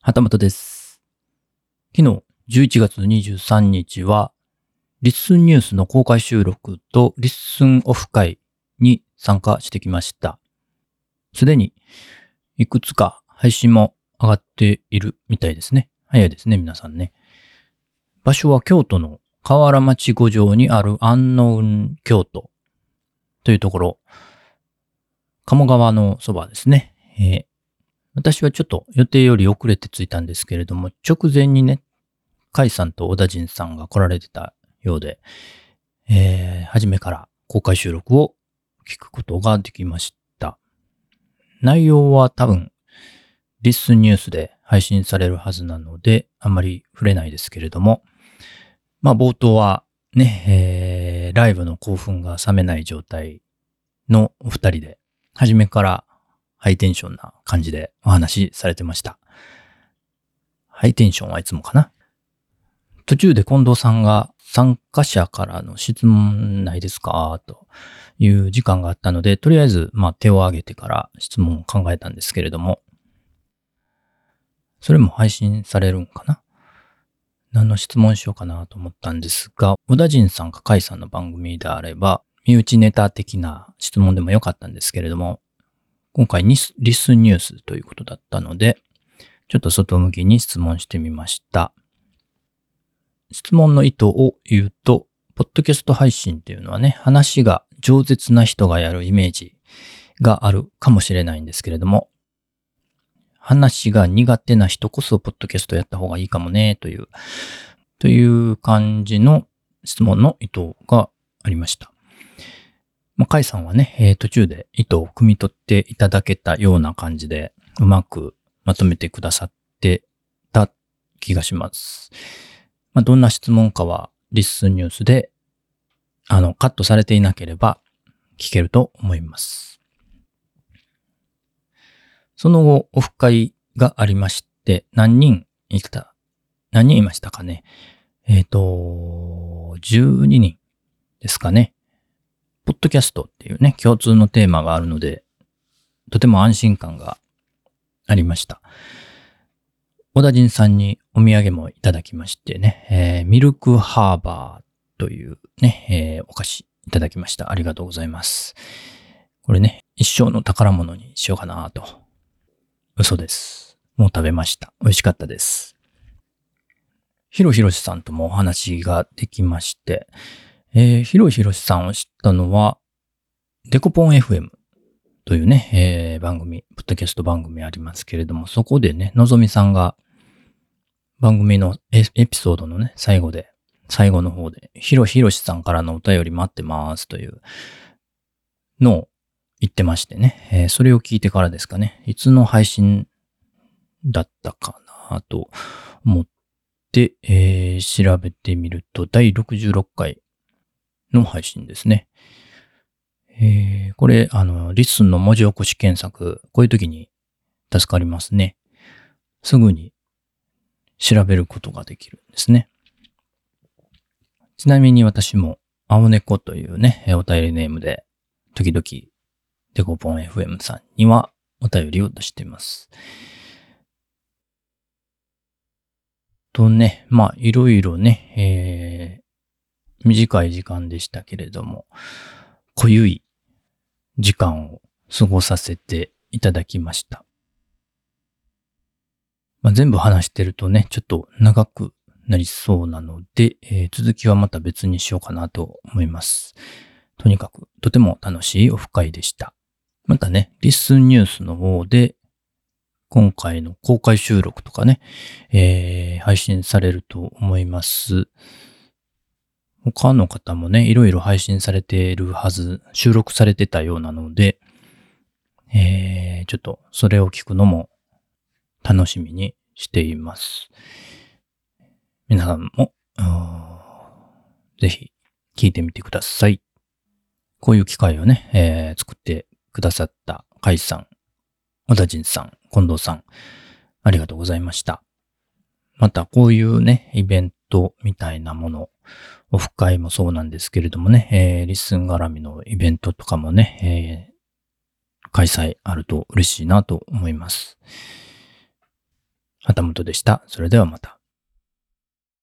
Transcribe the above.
はたまたです。昨日11月23日は、リッスンニュースの公開収録とリッスンオフ会に参加してきました。すでにいくつか配信も上がっているみたいですね。早いですね、皆さんね。場所は京都の河原町五条にある安納運京都というところ、鴨川のそばですね。私はちょっと予定より遅れて着いたんですけれども、直前にね、甲斐さんと小田陣さんが来られてたようで、初めから公開収録を聞くことができました。内容は多分、リッスンニュースで配信されるはずなので、あんまり触れないですけれども、冒頭はね、ライブの興奮が冷めない状態のお二人で、初めからハイテンションな感じでお話しされてました。ハイテンションはいつもかな。途中で近藤さんが参加者からの質問ないですかという時間があったので、とりあえず手を挙げてから質問を考えたんですけれども、それも配信されるんかな。何の質問しようかなと思ったんですが、小田陣さんか甲斐さんの番組であれば、身内ネタ的な質問でもよかったんですけれども、今回リッスンニュースということだったので、ちょっと外向きに質問してみました。質問の意図を言うと、ポッドキャスト配信っていうのはね、話が饒舌な人がやるイメージがあるかもしれないんですけれども、話が苦手な人こそポッドキャストやった方がいいかもね、という感じの質問の意図がありました。甲斐さんはね、途中で意図を汲み取っていただけたような感じで、うまくまとめてくださってた気がします。どんな質問かはリッスンニュースでカットされていなければ聞けると思います。その後オフ会がありまして、何人いましたかね。12人ですかね。ポッドキャストっていうね、共通のテーマがあるので、とても安心感がありました。小田陣さんにお土産もいただきましてね、ミルクハーバーというね、お菓子いただきました。ありがとうございます。これね、一生の宝物にしようかなと。嘘です。もう食べました。美味しかったです。ひろひろしさんともお話ができまして、ひろひろしさんを知ったのは、デコポン FM というね、番組、ポッドキャスト番組ありますけれども、そこでね、のぞみさんが番組のエピソードのね、最後の方で、ひろしさんからのお便り待ってますというのを言ってましてね、それを聞いてからですかね、いつの配信だったかなと思って、調べてみると、第66回の配信ですね。これ、リッスンの文字起こし検索、こういう時に助かりますね。すぐに調べることができるんですね。ちなみに私も、青猫というね、お便りネームで、時々、デコポン FM さんにはお便りを出しています。とね、いろいろね、短い時間でしたけれども、濃ゆい時間を過ごさせていただきました。全部話してるとね、ちょっと長くなりそうなので、続きはまた別にしようかなと思います。とにかくとても楽しいオフ会でした。またね、リッスンニュースの方で今回の公開収録とかね、配信されると思います。他の方もね、いろいろ配信されているはず、収録されてたようなので、ちょっとそれを聞くのも楽しみにしています。皆さんも、ぜひ聞いてみてください。こういう機会をね、作ってくださった甲斐さん、小田陣さん、近藤さん、ありがとうございました。またこういうね、イベントみたいなもの、オフ会もそうなんですけれどもね、リッスン絡みのイベントとかもね、開催あると嬉しいなと思います。 旗本でした。それではまた。